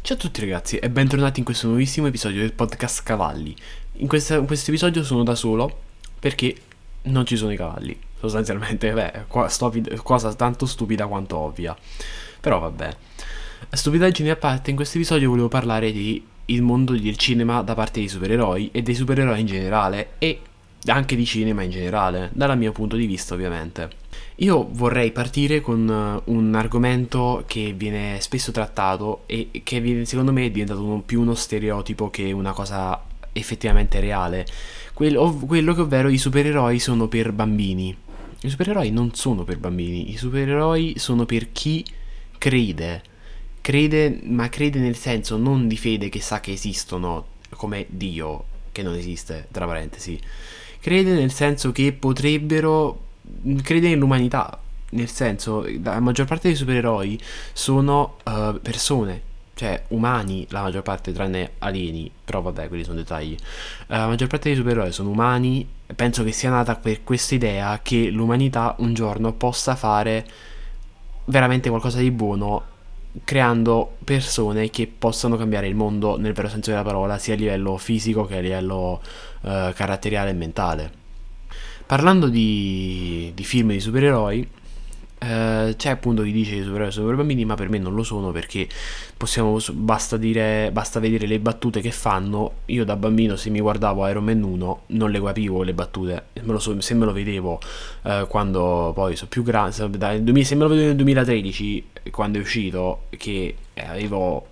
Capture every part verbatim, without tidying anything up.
Ciao a tutti ragazzi e bentornati in questo nuovissimo episodio del podcast Cavalli. In questo, in questo episodio sono da solo perché non ci sono i cavalli. Sostanzialmente, beh, qua, stupida, cosa tanto stupida quanto ovvia. Però vabbè. Stupidaggini a parte, in questo episodio volevo parlare di il mondo del cinema da parte dei supereroi e dei supereroi in generale e anche di cinema in generale, dal mio punto di vista ovviamente. Io vorrei partire con eh, un argomento che viene spesso trattato e che viene- secondo me è diventato uno- più uno stereotipo che una cosa effettivamente reale. Quello, ov- quello che ovvero i supereroi sono per bambini. I supereroi non sono per bambini, i supereroi sono per chi crede. Crede, ma crede nel senso non di fede che sa che esistono, come Dio, che non esiste, tra parentesi. Crede nel senso che potrebbero. Crede nell'umanità. Nel senso, la maggior parte dei supereroi sono eh, persone, cioè umani, la maggior parte, tranne alieni, però vabbè, quelli sono dettagli. Eh, la maggior parte dei supereroi sono umani. Penso che sia nata per questa idea che l'umanità un giorno possa fare veramente qualcosa di buono creando persone che possano cambiare il mondo nel vero senso della parola, sia a livello fisico che a livello eh, caratteriale e mentale. Parlando di, di film di supereroi, eh, c'è appunto chi dice che i supereroi sono per bambini, ma per me non lo sono perché possiamo, basta dire, basta vedere le battute che fanno. Io da bambino, se mi guardavo Iron Man uno, non le capivo le battute, me lo so- se me lo vedevo eh, quando poi sono più grande, se se me lo vedo nel duemilatredici, quando è uscito, che eh, avevo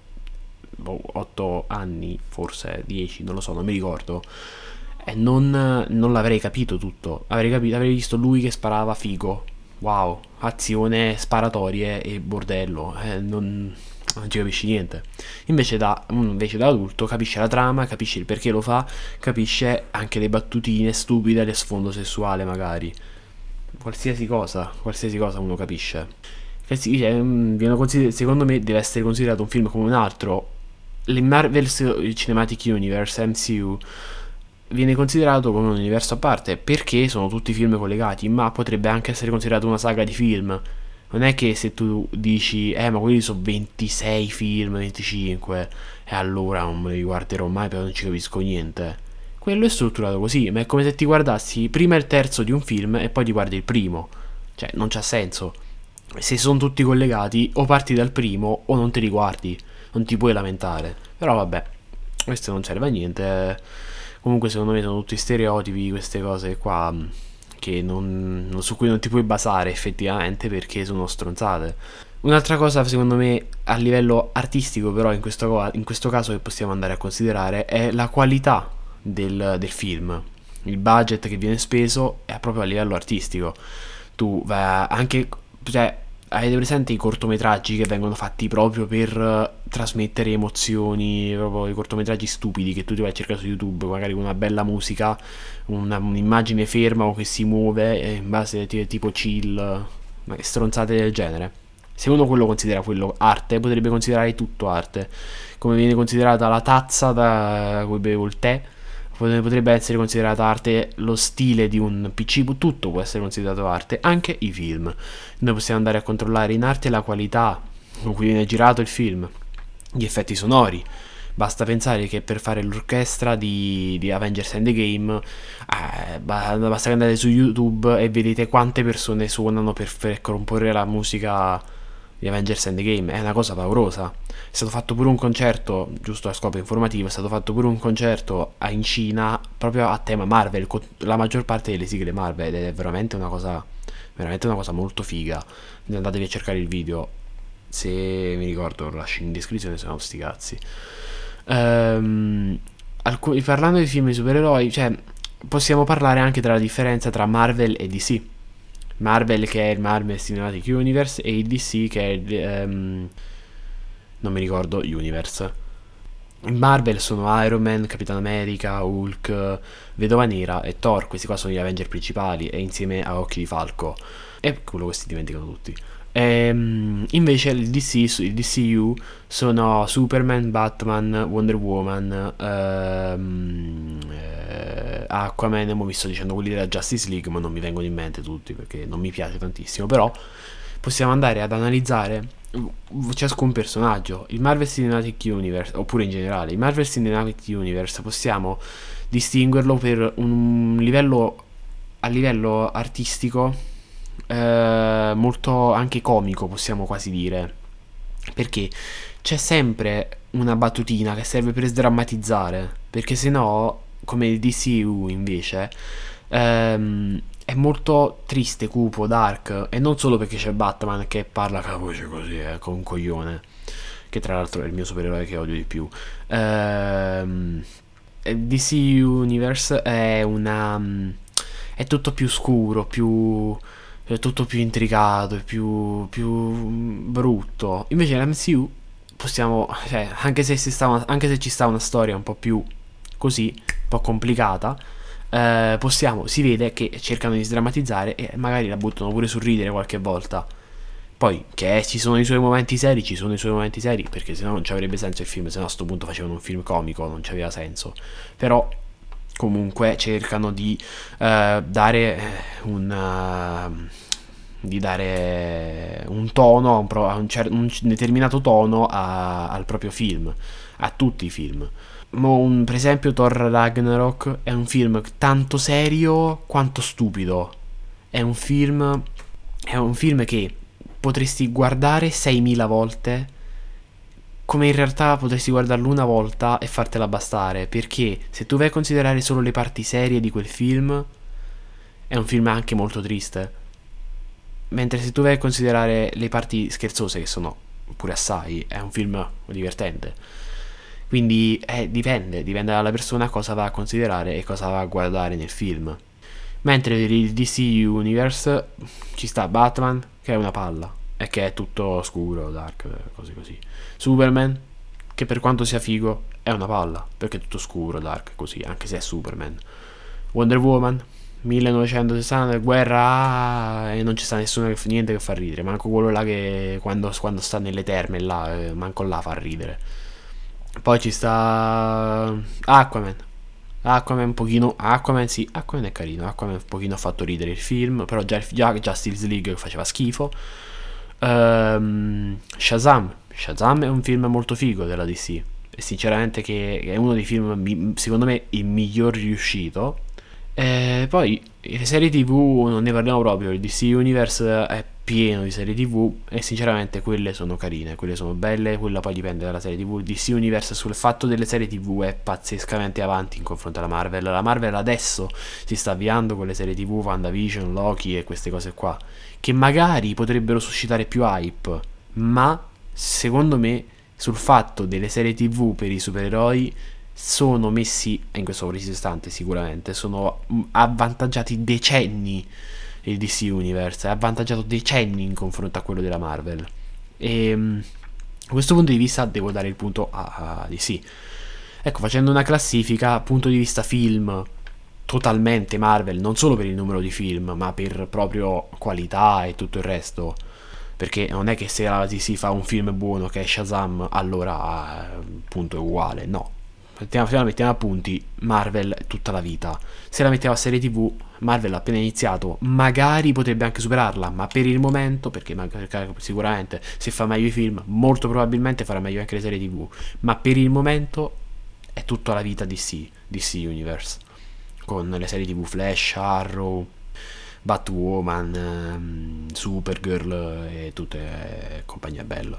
otto anni, forse dieci, non lo so, non mi ricordo. E non, non l'avrei capito tutto. Avrei, capito, avrei visto lui che sparava figo. Wow, azione, sparatorie e bordello. Eh, non, non ci capisci niente. Invece da, invece da adulto capisce la trama, capisce il perché lo fa, capisce anche le battutine stupide, le sfondo sessuale magari. Qualsiasi cosa, qualsiasi cosa uno capisce. Eh sì, cioè, mm, viene consider- secondo me deve essere considerato un film come un altro. Le Marvel Cinematic Universe, M C U, viene considerato come un universo a parte perché sono tutti film collegati, ma potrebbe anche essere considerato una saga di film. Non è che se tu dici, eh, ma quelli sono ventisei film, venticinque, e allora non me li guarderò mai perché non ci capisco niente. Quello è strutturato così, ma è come se ti guardassi prima il terzo di un film e poi ti guardi il primo. Cioè, non c'ha senso. Se sono tutti collegati, o parti dal primo o non te li guardi. Non ti puoi lamentare. Però vabbè, questo non serve a niente. Comunque secondo me sono tutti stereotipi, queste cose qua mh, che non, non- su cui non ti puoi basare effettivamente perché sono stronzate. Un'altra cosa secondo me a livello artistico però in questo, co- in questo caso che possiamo andare a considerare è la qualità del, del film. Il budget che viene speso è proprio a livello artistico. Tu vai a- anche, cioè, avete presente i cortometraggi che vengono fatti proprio per eh, trasmettere emozioni, proprio i cortometraggi stupidi che tu ti vai a cercare su YouTube, magari con una bella musica, una- un'immagine ferma o che si muove eh, in base a tipo chill, ma stronzate del genere. Se uno quello considera quello arte, potrebbe considerare tutto arte. Come viene considerata la tazza da cui bevo il tè, potrebbe essere considerata arte lo stile di un P C, tutto può essere considerato arte, anche i film. Noi possiamo andare a controllare in arte la qualità con cui viene girato il film, gli effetti sonori. Basta pensare che per fare l'orchestra di, di Avengers Endgame eh, basta che andate su YouTube e vedete quante persone suonano per, per comporre la musica di Avengers Endgame. È una cosa paurosa. È stato fatto pure un concerto, giusto a scopo informativo, è stato fatto pure un concerto in Cina proprio a tema Marvel, con la maggior parte delle sigle Marvel, ed è veramente una cosa, veramente una cosa molto figa. Andatevi a cercare il video, se mi ricordo lo lascio in descrizione, se no sti cazzi. Ehm, alcuni- parlando di film di supereroi, cioè, possiamo parlare anche della differenza tra Marvel e D C. Marvel che è il Marvel Cinematic Universe e il D C che è il, ehm, non mi ricordo, Universe. In Marvel sono Iron Man, Capitan America, Hulk, Vedova Nera e Thor. Questi qua sono gli Avenger principali e insieme a Occhi di Falco. E quello che si dimenticano tutti. Ehm, invece il D C, il D C U sono Superman, Batman, Wonder Woman, ehm, eh, Aquaman. Mo mi sto dicendo quelli della Justice League, ma non mi vengono in mente tutti perché non mi piace tantissimo. Però possiamo andare ad analizzare ciascun personaggio. Il Marvel Cinematic Universe, oppure in generale il Marvel Cinematic Universe, possiamo distinguerlo per un livello, a livello artistico, eh, molto anche comico, possiamo quasi dire, perché c'è sempre una battutina che serve per sdrammatizzare, perché se no, come il D C U invece, ehm, è molto triste, cupo, dark, e non solo perché c'è Batman che parla con la voce così, eh, con un coglione, che tra l'altro è il mio supereroe che odio di più. Ehm, D C Universe è una... è tutto più scuro, più... è tutto più intricato, più, più brutto. Invece l'M C U possiamo, cioè, anche se, si sta una- anche se ci sta una storia un po' più così, un po' complicata, eh, possiamo, si vede che cercano di sdrammatizzare e magari la buttano pure sul ridere qualche volta. Poi, che ci sono i suoi momenti seri, ci sono i suoi momenti seri, perché sennò non ci avrebbe senso il film, se no a sto punto facevano un film comico, non ci aveva senso. Però, comunque, cercano di eh, dare un... eh, di dare un tono, un, pro- un, cer- un determinato tono a- al proprio film, a tutti i film. Mo un- per esempio Thor Ragnarok è un film tanto serio quanto stupido. È un film è un film che potresti guardare seimila volte, come in realtà potresti guardarlo una volta e fartela bastare, perché se tu vai a considerare solo le parti serie di quel film, è un film anche molto triste. Mentre se tu vai a considerare le parti scherzose, che sono pure assai, è un film divertente. Quindi eh, dipende, dipende dalla persona cosa va a considerare e cosa va a guardare nel film. Mentre per il D C Universe ci sta Batman, che è una palla e che è tutto scuro, dark, così così. Superman, che per quanto sia figo, è una palla, perché è tutto scuro, dark, così, anche se è Superman. Wonder Woman, millenovecentosessanta, guerra, e non ci sta nessuno che fa niente che fa ridere, manco quello là che quando, quando sta nelle terme là, eh, manco là fa ridere. Poi ci sta Aquaman. Aquaman un pochino, Aquaman sì, Aquaman è carino, Aquaman un pochino ha fatto ridere il film, però già, già Justice League faceva schifo. Ehm, Shazam, Shazam è un film molto figo della D C, e sinceramente che è uno dei film, secondo me, il miglior riuscito. E poi le serie tv non ne parliamo proprio, il D C Universe è pieno di serie tv e sinceramente quelle sono carine, quelle sono belle, quella poi dipende dalla serie tv. Il D C Universe sul fatto delle serie tv è pazzescamente avanti in confronto alla Marvel. La Marvel adesso si sta avviando con le serie tv, WandaVision, Loki e queste cose qua, che magari potrebbero suscitare più hype, ma secondo me sul fatto delle serie tv per i supereroi sono messi, in questo preciso istante sicuramente, sono avvantaggiati decenni. Il D C Universe è avvantaggiato decenni in confronto a quello della Marvel, e da questo punto di vista devo dare il punto a, a D C. Ecco, facendo una classifica punto di vista film, totalmente Marvel, non solo per il numero di film ma per proprio qualità e tutto il resto, perché non è che se la D C fa un film buono che è Shazam allora il punto è uguale, no. Mettiamo, se la mettiamo a punti, Marvel tutta la vita. Se la mettiamo a serie tv, Marvel ha appena iniziato, magari potrebbe anche superarla, ma per il momento, perché sicuramente se fa meglio i film, molto probabilmente farà meglio anche le serie tv, ma per il momento è tutta la vita D C, D C Universe, con le serie tv Flash, Arrow, Batwoman, ehm, Supergirl e tutte eh, compagnia bella.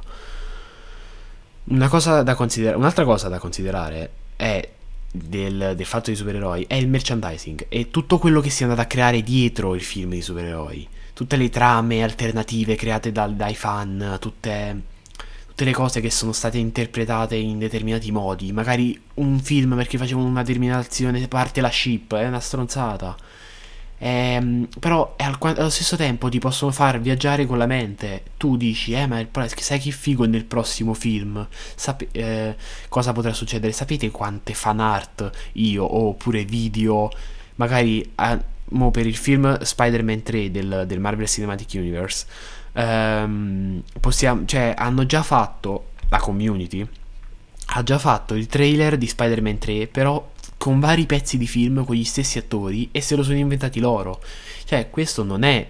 Una cosa da considerare, un'altra cosa da considerare è del, del fatto dei supereroi è il merchandising e tutto quello che si è andato a creare dietro il film di supereroi, tutte le trame alternative create dal, dai fan, tutte, tutte le cose che sono state interpretate in determinati modi. Magari un film perché facevano una determinata azione parte la ship, è una stronzata. Ehm, però è al, allo stesso tempo ti possono far viaggiare con la mente. Tu dici, eh, ma il, sai che figo nel prossimo film? Sape, eh, cosa potrà succedere? Sapete quante fan art io ho, oppure video? Magari a, mo per il film Spider-Man tre del, del Marvel Cinematic Universe, ehm, possiamo, cioè, hanno già fatto la community. Ha già fatto il trailer di Spider-Man tre, però con vari pezzi di film con gli stessi attori e se lo sono inventati loro. Cioè, questo non è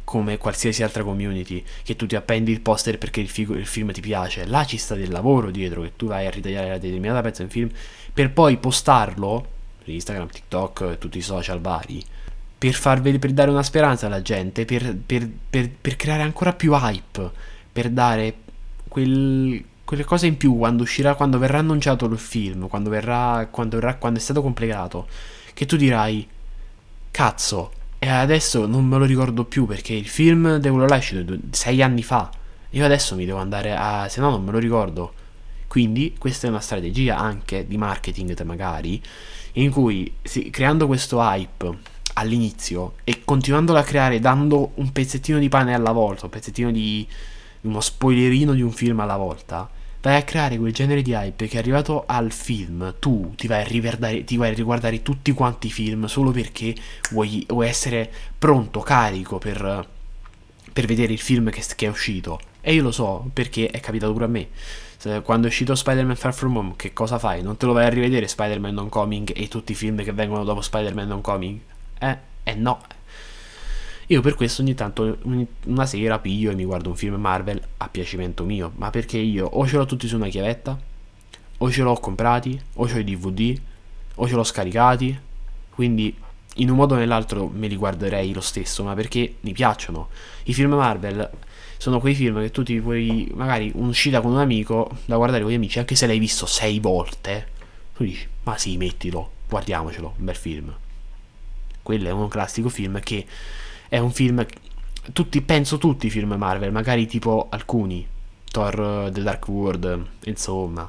come qualsiasi altra community, che tu ti appendi il poster perché il, figo, il film ti piace. Là ci sta del lavoro dietro, che tu vai a ritagliare la determinata pezzo in film per poi postarlo su Instagram, TikTok e tutti i social vari, per, far ved- per dare una speranza alla gente, per, per, per, per creare ancora più hype, per dare quel, quelle cose in più quando uscirà, quando verrà annunciato il film, quando verrà, quando verrà, quando è stato completato, che tu dirai, cazzo, e adesso non me lo ricordo più perché il film di quello là è uscito sei anni fa. Io adesso mi devo andare a, se no non me lo ricordo. Quindi questa è una strategia anche di marketing magari, in cui sì, creando questo hype all'inizio e continuandolo a creare dando un pezzettino di pane alla volta, un pezzettino di uno spoilerino di un film alla volta, vai a creare quel genere di hype che arrivato al film tu ti vai a riguardare, ti vai a riguardare tutti quanti i film solo perché vuoi, vuoi essere pronto, carico per, per vedere il film che, che è uscito. E io lo so perché è capitato pure a me. Quando è uscito Spider-Man Far From Home, che cosa fai? Non te lo vai a rivedere Spider-Man Homecoming e tutti i film che vengono dopo Spider-Man Homecoming? Eh? Eh no. Io per questo ogni tanto una sera piglio e mi guardo un film Marvel a piacimento mio, ma perché io o ce l'ho tutti su una chiavetta, o ce l'ho comprati, o ce l'ho i D V D, o ce l'ho scaricati, quindi in un modo o nell'altro me li guarderei lo stesso, ma perché mi piacciono. I film Marvel sono quei film che tu ti puoi, magari un'uscita con un amico da guardare con gli amici, anche se l'hai visto sei volte, tu dici, ma sì, mettilo, guardiamocelo, un bel film. Quello è un classico film che è un film, tutti, penso tutti i film Marvel, magari tipo alcuni, Thor The Dark World, insomma,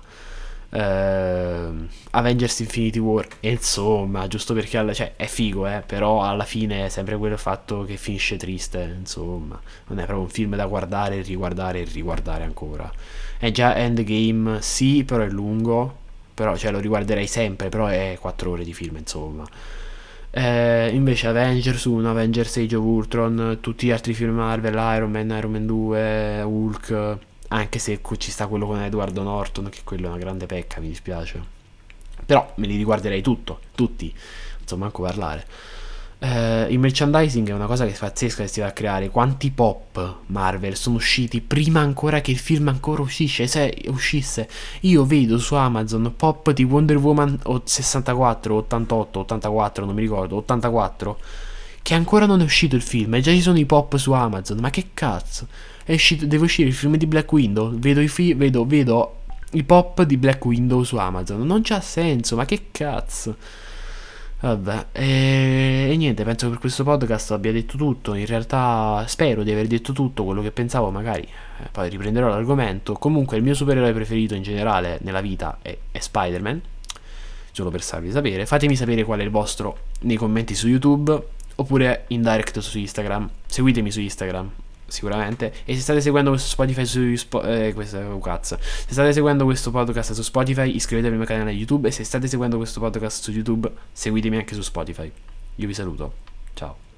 eh, Avengers Infinity War, insomma, giusto perché alla, cioè, è figo, eh, però alla fine è sempre quello fatto che finisce triste, insomma, non è proprio un film da guardare, riguardare e riguardare ancora. È già Endgame, sì, però è lungo, però cioè, lo riguarderei sempre, però è quattro ore di film, insomma. Eh, invece Avengers uno, Avengers Age of Ultron, tutti gli altri film Marvel, Iron Man, Iron Man due, Hulk, anche se ci sta quello con Edward Norton, che quello è una grande pecca, mi dispiace. Però me li riguarderei tutto, tutti, non so manco parlare. Eh, il merchandising è una cosa che è pazzesca che si va a creare. Quanti pop Marvel sono usciti prima ancora che il film ancora uscisse, se uscisse. Io vedo su Amazon pop di Wonder Woman sessantaquattro, ottantotto, ottantaquattro, non mi ricordo, ottantaquattro, che ancora non è uscito il film e già ci sono i pop su Amazon. Ma che cazzo? È uscito, deve uscire il film di Black Widow. Vedo i fi- vedo, vedo i pop di Black Widow su Amazon. Non c'ha senso, ma che cazzo? Vabbè, e, e niente, penso che per questo podcast abbia detto tutto. In realtà spero di aver detto tutto quello che pensavo, magari eh, poi riprenderò l'argomento. Comunque il mio supereroe preferito in generale nella vita è, è Spider-Man, solo per farvi sapere. Fatemi sapere qual è il vostro nei commenti su YouTube oppure in direct su Instagram. Seguitemi su Instagram sicuramente, e se state seguendo questo Spotify su Spo- eh, questo, oh, cazzo. Se state seguendo questo podcast su Spotify, iscrivetevi al mio canale YouTube, e se state seguendo questo podcast su YouTube, seguitemi anche su Spotify. Io vi saluto, ciao.